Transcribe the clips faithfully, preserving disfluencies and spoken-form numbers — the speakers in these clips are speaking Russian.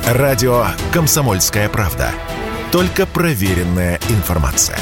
Радио «Комсомольская правда». Только проверенная информация.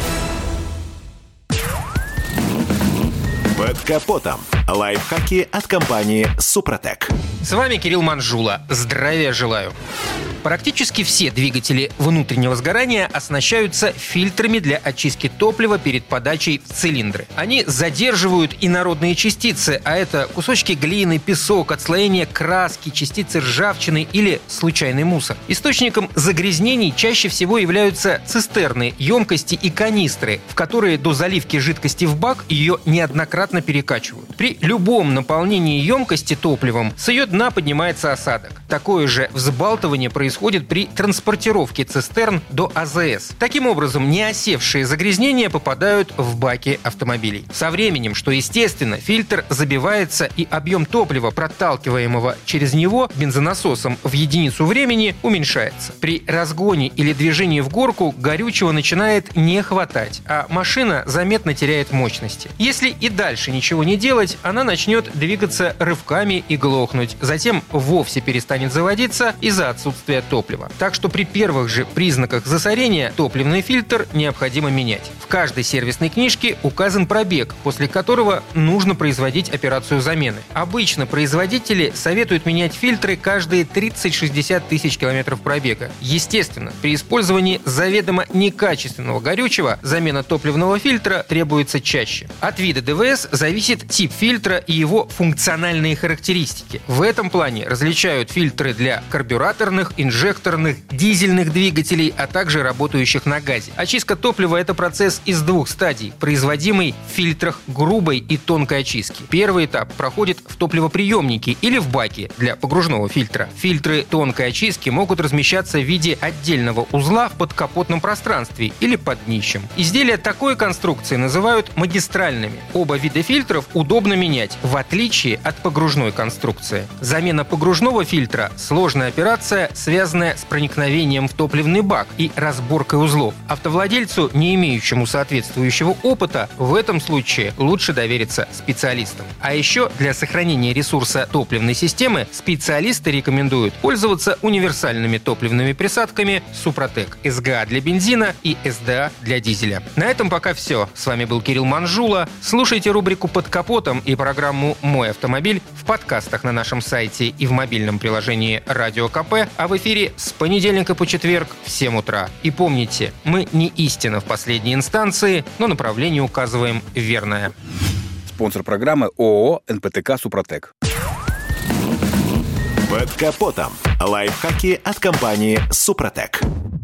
Под капотом. Лайфхаки от компании «Супротек». С вами Кирилл Манжула. Здравия желаю. Практически все двигатели внутреннего сгорания оснащаются фильтрами для очистки топлива перед подачей в цилиндры. Они задерживают инородные частицы, а это кусочки глины, песок, отслоение краски, частицы ржавчины или случайный мусор. Источником загрязнений чаще всего являются цистерны, емкости и канистры, в которые до заливки жидкости в бак ее неоднократно перекачивают. При любом наполнении емкости топливом с ее дна поднимается осадок. Такое же взбалтывание происходит происходит при транспортировке цистерн до А Зэ Эс. Таким образом, неосевшие загрязнения попадают в баки автомобилей. Со временем, что естественно, фильтр забивается и объем топлива, проталкиваемого через него бензонасосом в единицу времени, уменьшается. При разгоне или движении в горку горючего начинает не хватать, а машина заметно теряет мощности. Если и дальше ничего не делать, она начнет двигаться рывками и глохнуть, затем вовсе перестанет заводиться из-за отсутствия топлива. Так что при первых же признаках засорения топливный фильтр необходимо менять. В каждой сервисной книжке указан пробег, после которого нужно производить операцию замены. Обычно производители советуют менять фильтры каждые тридцать-шестьдесят тысяч километров пробега. Естественно, при использовании заведомо некачественного горючего замена топливного фильтра требуется чаще. От вида Дэ Вэ Эс зависит тип фильтра и его функциональные характеристики. В этом плане различают фильтры для карбюраторных, инжекторных, дизельных двигателей, а также работающих на газе. Очистка топлива – это процесс из двух стадий, производимый в фильтрах грубой и тонкой очистки. Первый этап проходит в топливоприемнике или в баке для погружного фильтра. Фильтры тонкой очистки могут размещаться в виде отдельного узла в подкапотном пространстве или под днищем. Изделия такой конструкции называют магистральными. Оба вида фильтров удобно менять, в отличие от погружной конструкции. Замена погружного фильтра – сложная операция, связанная с проникновением в топливный бак и разборкой узлов. Автовладельцу, не имеющему соответствующего опыта, в этом случае лучше довериться специалистам. А еще для сохранения ресурса топливной системы специалисты рекомендуют пользоваться универсальными топливными присадками «Супротек» Эс Гэ А для бензина и Эс Дэ А для дизеля. На этом пока все. С вами был Кирилл Манжула. Слушайте рубрику «Под капотом» и программу «Мой автомобиль» в подкастах на нашем сайте и в мобильном приложении «Радио Ка Пэ», а в эфире с понедельника по четверг в семь утра. И помните, мы не истина в последней инстанции, но направление указываем верное. Спонсор программы О О Эн Пэ Тэ Ка «Супротек». Под капотом. Лайфхаки от компании «Супротек».